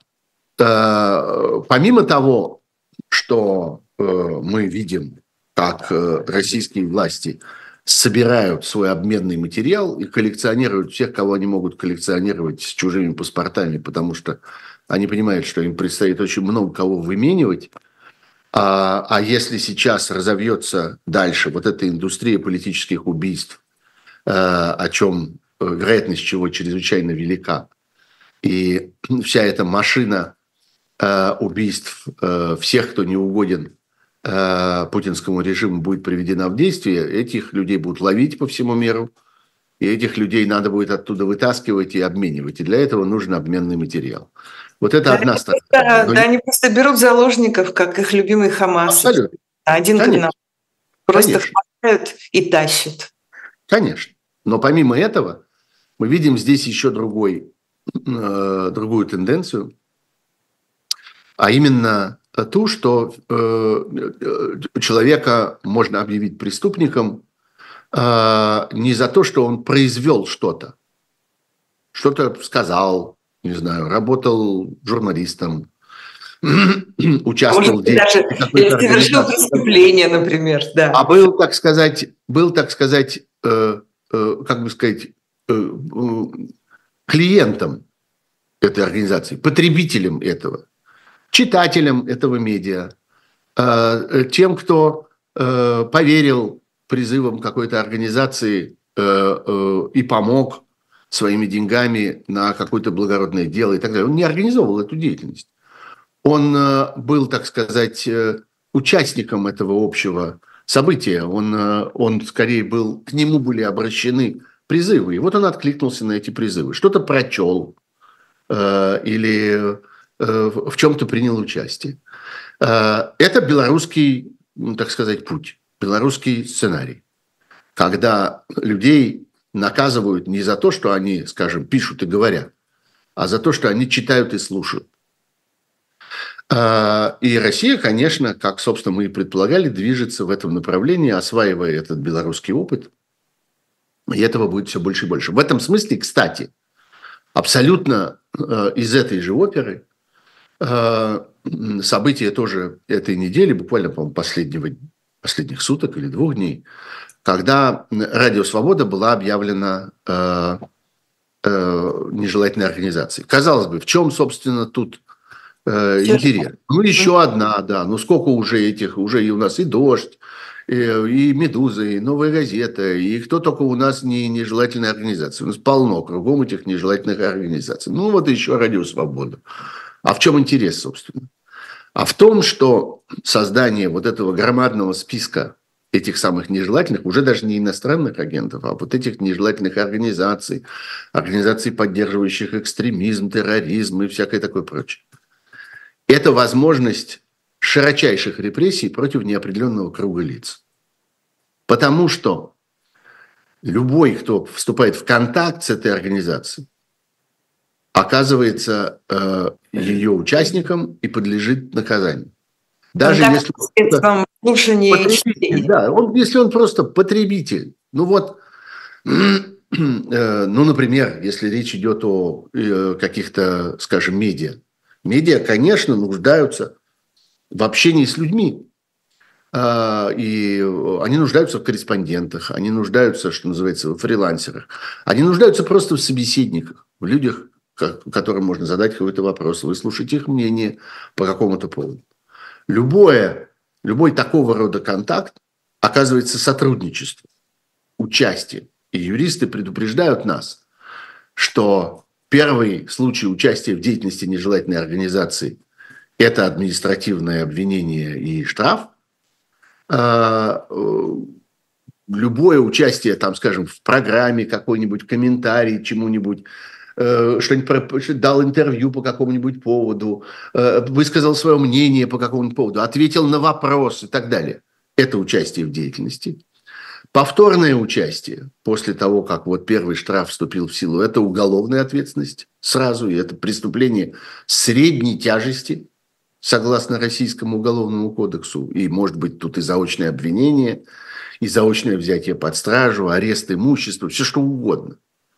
Speaker 2: Помимо того, что мы видим, как российские власти собирают свой обменный материал и коллекционируют всех, кого они могут коллекционировать с чужими паспортами, потому что они понимают, что им предстоит очень много кого выменивать. А, а если сейчас разовьется дальше вот эта индустрия политических убийств, о чем... вероятность чего чрезвычайно велика. И вся эта машина э, убийств э, всех, кто не угоден э, путинскому режиму, будет приведена в действие. Этих людей будут ловить по всему миру, и этих людей надо будет оттуда вытаскивать и обменивать. И для этого нужен обменный материал. Вот это да, одна сторона.
Speaker 1: Да, Но... да, они просто берут заложников, как их любимый Хамас.
Speaker 2: Абсолютно.
Speaker 1: Один к одному. Просто
Speaker 2: Конечно.
Speaker 1: хватают и тащат.
Speaker 2: Конечно. Но помимо этого, мы видим здесь еще другой, э, другую тенденцию, а именно ту, что э, человека можно объявить преступником э, не за то, что он произвел что-то, что-то сказал, не знаю, работал журналистом, участвовал в
Speaker 1: деятельности. Или совершил преступление, например. Да.
Speaker 2: А был, так сказать, был, так сказать, э, э, как бы сказать, клиентом этой организации, потребителем этого, читателем этого медиа, тем, кто поверил призывам какой-то организации и помог своими деньгами на какое-то благородное дело и так далее. Он не организовывал эту деятельность. Он был, так сказать, участником этого общего события. Он, он скорее был, к нему были обращены призывы. И вот он откликнулся на эти призывы. Что-то прочел э, или э, в чем-то принял участие. Э, это белорусский, ну, так сказать, путь, белорусский сценарий, когда людей наказывают не за то, что они, скажем, пишут и говорят, а за то, что они читают и слушают. И Россия, конечно, как, собственно, мы и предполагали, движется в этом направлении, осваивая этот белорусский опыт. И этого будет все больше и больше. В этом смысле, кстати, абсолютно из этой же оперы события тоже этой недели, буквально, по-моему, последнего, последних суток или двух дней, когда Радио Свобода была объявлена э, э, нежелательной организацией. Казалось бы, в чем, собственно, тут э, интерес? Ну, еще одна, да. Ну, сколько уже этих, уже и у нас и «Дождь», и, и «Медуза», и «Новая газета», и кто только у нас не нежелательная организация. У нас полно кругом этих нежелательных организаций. Ну, вот еще Радио Свобода. А в чем интерес, собственно? А в том, что создание вот этого громадного списка этих самых нежелательных, уже даже не иностранных агентов, а вот этих нежелательных организаций, организаций, поддерживающих экстремизм, терроризм и всякое такое прочее. Это возможность широчайших репрессий против неопределенного круга лиц. Потому что любой, кто вступает в контакт с этой организацией, оказывается э, ее участником и подлежит наказанию. Даже
Speaker 1: он
Speaker 2: если
Speaker 1: средством слушания и чтения.
Speaker 2: Да, он, если он просто потребитель. Ну вот, э, ну, например, если речь идет о э, каких-то, скажем, медиа. Медиа, конечно, нуждаются в общении с людьми. Э, и они нуждаются в корреспондентах, они нуждаются, что называется, в фрилансерах. Они нуждаются просто в собеседниках, в людях, которым можно задать какой-то вопрос, выслушать их мнение по какому-то поводу. Любое, любой такого рода контакт оказывается сотрудничеством, участием. И юристы предупреждают нас, что первый случай участия в деятельности нежелательной организации – это административное обвинение и штраф. Любое участие, там, скажем, в программе какой-нибудь, комментарий чему-нибудь, что-нибудь дал интервью по какому-нибудь поводу, высказал свое мнение по какому-нибудь поводу, ответил на вопрос и так далее. Это участие в деятельности. Повторное участие после того, как вот первый штраф вступил в силу, это уголовная ответственность сразу, и это преступление средней тяжести, согласно Российскому уголовному кодексу, и может быть тут и заочное обвинение, и заочное взятие под стражу, арест имущества, все что угодно.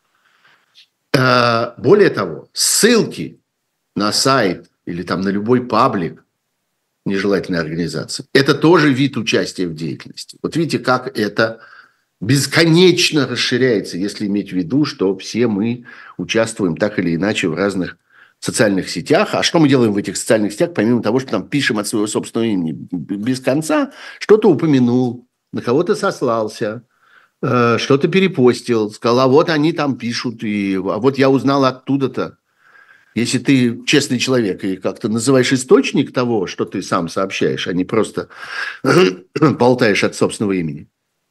Speaker 2: Более того, ссылки на сайт или там на любой паблик нежелательной организации – это тоже вид участия в деятельности. Вот видите, как это бесконечно расширяется, если иметь в виду, что все мы участвуем так или иначе в разных социальных сетях. А что мы делаем в этих социальных сетях, помимо того, что там пишем от своего собственного имени без конца, что-то упомянул, на кого-то сослался, что-то перепостил, сказал, а вот они там пишут, и, а вот я узнал оттуда-то. Если ты честный человек и как-то называешь источник того, что ты сам сообщаешь, а не просто болтаешь от собственного имени,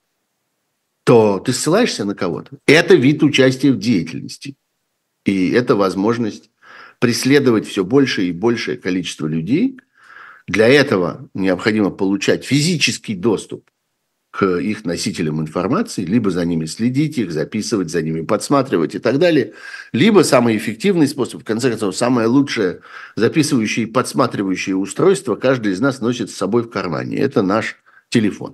Speaker 2: то ты ссылаешься на кого-то. Это вид участия в деятельности. И это возможность преследовать все большее и большее количество людей. Для этого необходимо получать физический доступ к их носителям информации, либо за ними следить, их записывать, за ними подсматривать и так далее, либо самый эффективный способ, в конце концов, самое лучшее записывающее и подсматривающее устройство каждый из нас носит с собой в кармане. Это наш телефон.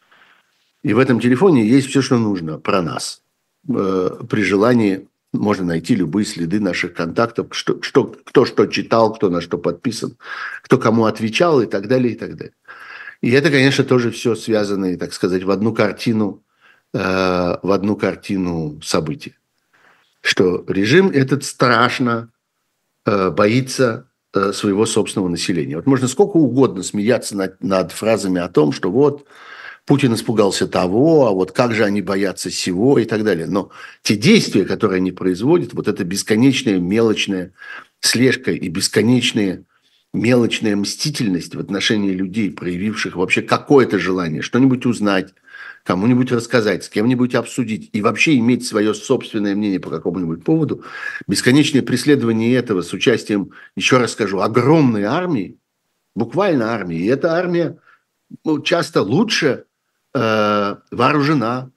Speaker 2: И в этом телефоне есть все, что нужно про нас. При желании можно найти любые следы наших контактов, что, что, кто что читал, кто на что подписан, кто кому отвечал и так далее, и так далее. И это, конечно, тоже все связано, так сказать, в одну картину, э, в одну картину событий. Что режим этот страшно э, боится э, своего собственного населения. Вот можно сколько угодно смеяться над, над фразами о том, что вот Путин испугался того, а вот как же они боятся сего и так далее. Но те действия, которые они производят, вот эта бесконечная мелочная слежка и бесконечные мелочная мстительность в отношении людей, проявивших вообще какое-то желание что-нибудь узнать, кому-нибудь рассказать, с кем-нибудь обсудить и вообще иметь свое собственное мнение по какому-нибудь поводу, бесконечное преследование этого с участием, еще раз скажу, огромной армии, буквально армии. И эта армия ну, часто лучше э, вооружена,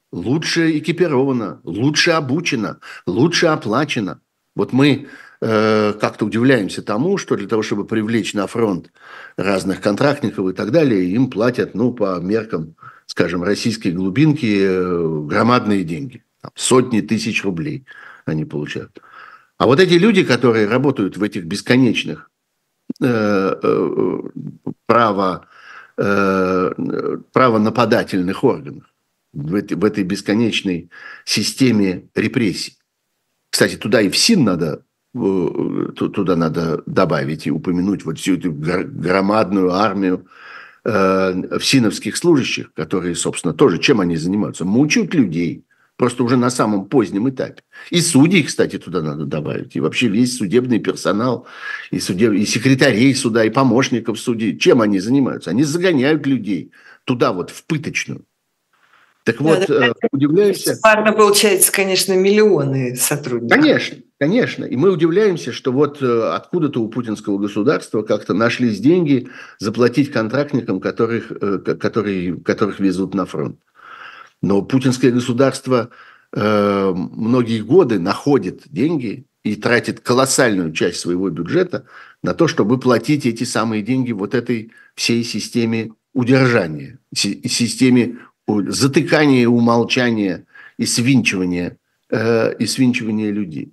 Speaker 2: лучше экипирована, лучше обучена, лучше оплачена. Вот мы э, как-то удивляемся тому, что для того, чтобы привлечь на фронт разных контрактников и так далее, им платят, ну, по меркам, скажем, российской глубинки э, громадные деньги. Там, сотни тысяч рублей они получают. А вот эти люди, которые работают в этих бесконечных э, э, право, э, правонападательных органах, в этой, в этой бесконечной системе репрессий. Кстати, туда и ФСИН надо, туда надо добавить и упомянуть вот всю эту громадную армию э, ФСИНовских служащих, которые, собственно, тоже чем они занимаются? Мучают людей, просто уже на самом позднем этапе. И судей, кстати, туда надо добавить. И вообще весь судебный персонал, и, судеб... и секретарей суда, и помощников судей. Чем они занимаются? Они загоняют людей туда вот, в пыточную. Так да, вот, да, удивляемся...
Speaker 1: Парно получается, конечно, миллионы сотрудников.
Speaker 2: Конечно, конечно. И мы удивляемся, что вот откуда-то у путинского государства как-то нашлись деньги заплатить контрактникам, которых, которые, которых везут на фронт. Но путинское государство э, многие годы находит деньги и тратит колоссальную часть своего бюджета на то, чтобы платить эти самые деньги вот этой всей системе удержания, системе затыкания, умолчания и свинчивания, э, и свинчивания людей.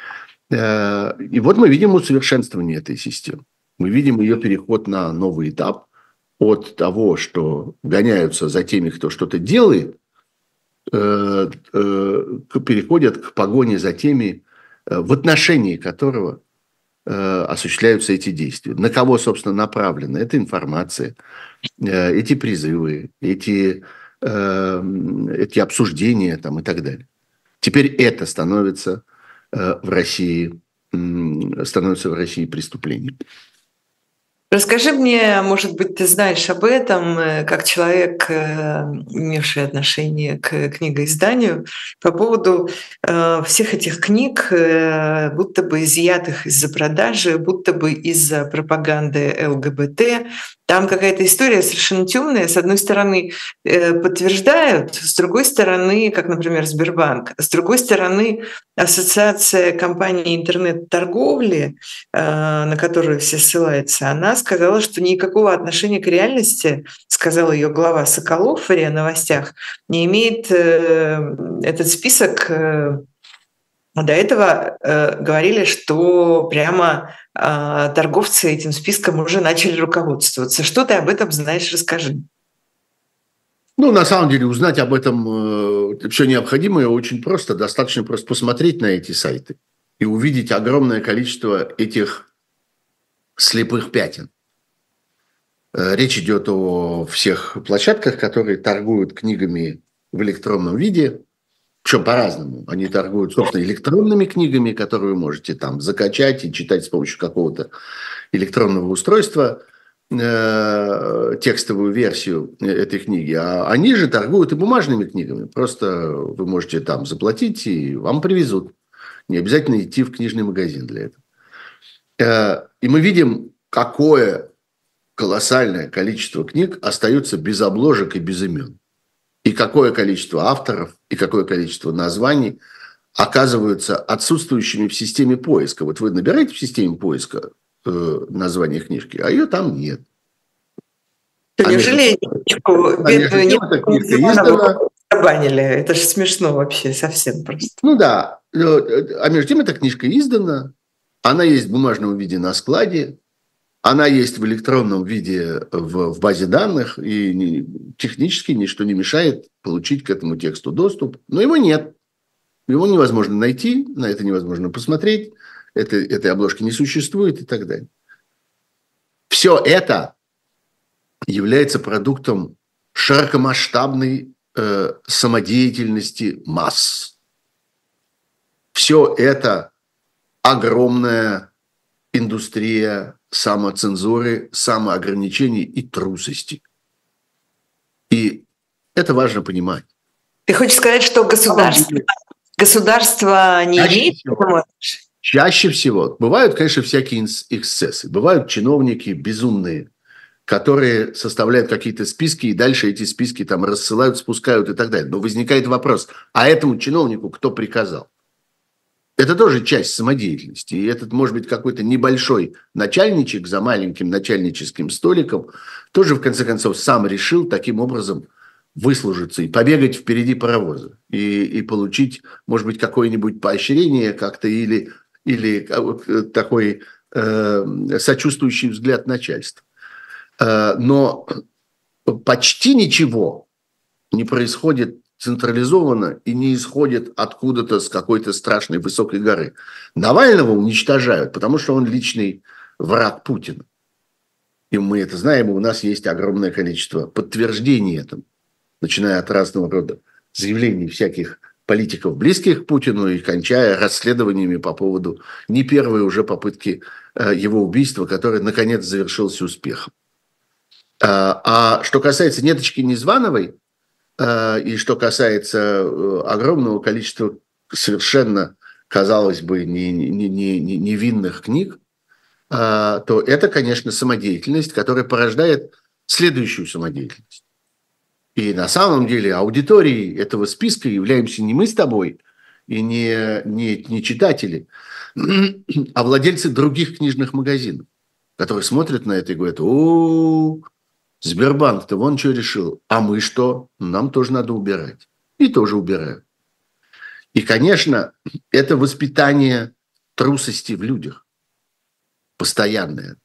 Speaker 2: Э, и вот мы видим усовершенствование этой системы. Мы видим ее переход на новый этап от того, что гоняются за теми, кто что-то делает, э, э, переходят к погоне за теми, э, в отношении которого э, осуществляются эти действия. На кого, собственно, направлена эта информация, э, эти призывы, эти... эти обсуждения там, и так далее. Теперь это становится э, в России, э, становится в России преступлением.
Speaker 1: Расскажи мне, может быть, ты знаешь об этом, как человек, имевший отношение к книгоизданию, по поводу всех этих книг, будто бы изъятых из-за продажи, будто бы из-за пропаганды ЛГБТ. Там какая-то история совершенно темная. С одной стороны, подтверждают, с другой стороны, как, например, Сбербанк, с другой стороны, Ассоциация компаний интернет-торговли, на которую все ссылаются, она сказала, что никакого отношения к реальности, сказал ее глава Соколов в РИА Новостях, не имеет этот список. До этого э, говорили, что прямо э, торговцы этим списком уже начали руководствоваться. Что ты об этом знаешь? Расскажи.
Speaker 2: Ну, на самом деле, узнать об этом э, все необходимое очень просто. Достаточно просто посмотреть на эти сайты и увидеть огромное количество этих слепых пятен. Э, речь идет о всех площадках, которые торгуют книгами в электронном виде. Причем по-разному. Они торгуют, собственно, электронными книгами, которые вы можете там закачать и читать с помощью какого-то электронного устройства, э, текстовую версию этой книги. А они же торгуют и бумажными книгами. Просто вы можете там заплатить, и вам привезут. Не обязательно идти в книжный магазин для этого. Э, и мы видим, какое колоссальное количество книг остаются без обложек и без имен. И какое количество авторов, и какое количество названий оказываются отсутствующими в системе поиска. Вот вы набираете в системе поиска э, название книжки, а ее там нет.
Speaker 1: А неужели книжку бедную забанили? Это же смешно вообще совсем просто.
Speaker 2: Ну да. А между тем эта книжка издана, она есть в бумажном виде на складе, она есть в электронном виде в, в базе данных, и не, технически ничто не мешает получить к этому тексту доступ, но его нет. Его невозможно найти, на это невозможно посмотреть, это, этой обложки не существует и так далее. Все это является продуктом широкомасштабной э, самодеятельности масс. Все это огромная индустрия самоцензуры, самоограничений и трусости. И это важно понимать.
Speaker 1: Ты хочешь сказать, что государство, государство не
Speaker 2: чаще
Speaker 1: имеет?
Speaker 2: Всего, чаще всего. Бывают, конечно, всякие эксцессы. Бывают чиновники безумные, которые составляют какие-то списки, и дальше эти списки там рассылают, спускают и так далее. Но возникает вопрос, а этому чиновнику кто приказал? Это тоже часть самодеятельности. И этот, может быть, какой-то небольшой начальничек за маленьким начальническим столиком тоже, в конце концов, сам решил таким образом выслужиться и побегать впереди паровоза. И, и получить, может быть, какое-нибудь поощрение как-то или, или такой э, сочувствующий взгляд начальства. Э, но почти ничего не происходит централизованно и не исходит откуда-то с какой-то страшной высокой горы. Навального уничтожают, потому что он личный враг Путина. И мы это знаем, и у нас есть огромное количество подтверждений этому, начиная от разного рода заявлений всяких политиков, близких к Путину, и кончая расследованиями по поводу не первой уже попытки его убийства, которое, наконец, завершилось успехом. А что касается Неточки Незвановой, и что касается огромного количества совершенно, казалось бы, невинных книг, то это, конечно, самодеятельность, которая порождает следующую самодеятельность. И на самом деле аудиторией этого списка являемся не мы с тобой и не, не, не читатели, а владельцы других книжных магазинов, которые смотрят на это и говорят: о, Сбербанк-то вон что решил, а мы что? Нам тоже надо убирать. И тоже убирают. И, конечно, это воспитание трусости в людях постоянное.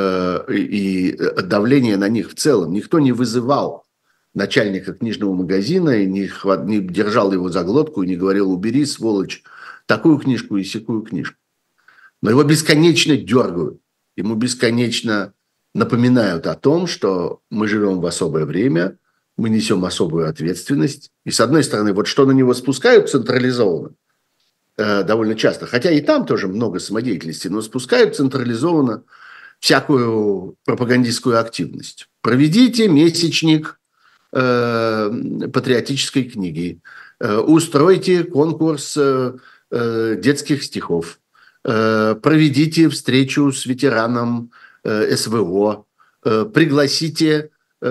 Speaker 2: И давление на них в целом. Никто не вызывал начальника книжного магазина и не, хват... не держал его за глотку и не говорил: убери, сволочь, такую книжку и сякую книжку. Но его бесконечно дергают. Ему бесконечно напоминают о том, что мы живем в особое время, мы несем особую ответственность. И, с одной стороны, вот что на него спускают централизованно, э, довольно часто, хотя и там тоже много самодеятельности, но спускают централизованно всякую пропагандистскую активность. Проведите месячник э, патриотической книги, э, устройте конкурс э, э, детских стихов, э, проведите встречу с ветераном эс вэ о, пригласите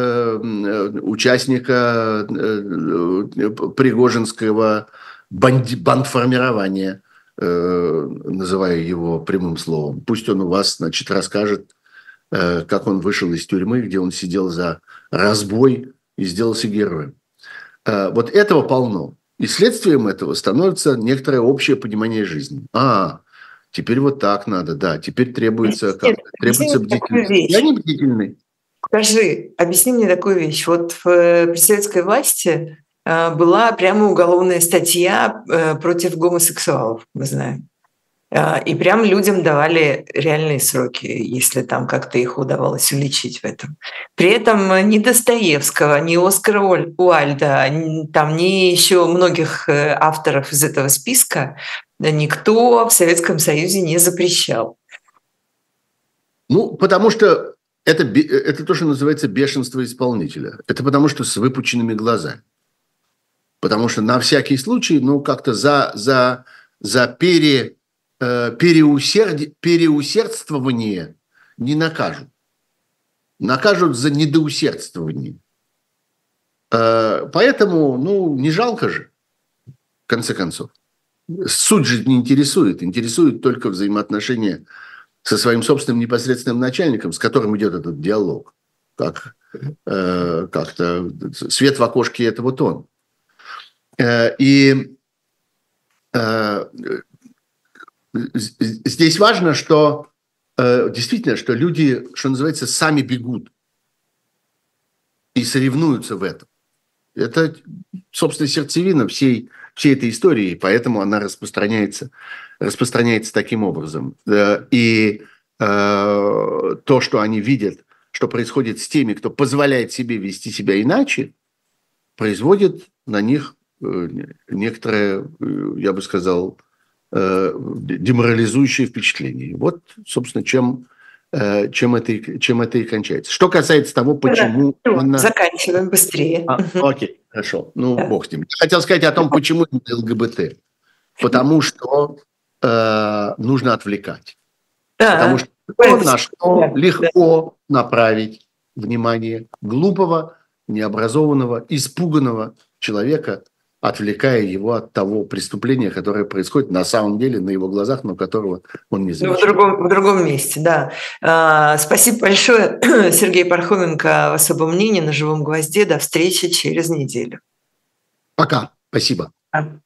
Speaker 2: участника пригожинского бандформирования, называя его прямым словом. Пусть он у вас, значит, расскажет, как он вышел из тюрьмы, где он сидел за разбой и сделался героем. Вот этого полно. И следствием этого становится некоторое общее понимание жизни. А, теперь вот так надо, да. Теперь требуется, как, требуется бдительность. Я не бдительный.
Speaker 1: Скажи, объясни мне такую вещь. Вот в, при советской власти э, была прямо уголовная статья э, против гомосексуалов, мы знаем. Э, и прям людям давали реальные сроки, если там как-то их удавалось уличить в этом. При этом ни Достоевского, ни Оскара Уальда, ни, там, ни еще многих авторов из этого списка никто в Советском Союзе не запрещал.
Speaker 2: Ну, потому что это, это то, что называется бешенство исполнителя. Это потому что с выпученными глазами. Потому что на всякий случай, ну, как-то за, за, за пере, э, переусерд, переусердствование не накажут. Накажут за недоусердствование. Э, поэтому, ну, не жалко же, в конце концов. Суть же не интересует. Интересует только взаимоотношения со своим собственным непосредственным начальником, с которым идет этот диалог. Как, э, как-то свет в окошке – это вот он. Э, и э, здесь важно, что э, действительно, что люди, что называется, сами бегут и соревнуются в этом. Это, собственно, сердцевина всей, всей этой истории, поэтому она распространяется, распространяется таким образом. И э, то, что они видят, что происходит с теми, кто позволяет себе вести себя иначе, производит на них э, некоторое, я бы сказал, э, деморализующее впечатление. Вот, собственно, чем... Чем это, чем это и кончается. Что касается того, почему...
Speaker 1: Да,
Speaker 2: она...
Speaker 1: Заканчиваем быстрее.
Speaker 2: А, окей, хорошо. Ну, да. Бог с ним. Хотел сказать о том, почему эл гэ бэ тэ. Потому что э, нужно отвлекать. Да, потому что на что да, легко да. направить внимание глупого, необразованного, испуганного человека, отвлекая его от того преступления, которое происходит на самом деле на его глазах, но которого он не замечает.
Speaker 1: Ну, в другом, в другом месте, да. А, спасибо большое, Сергей Пархоменко, «Особое мнение» на «Живом гвозде». До встречи через неделю.
Speaker 2: Пока. Спасибо.
Speaker 1: А.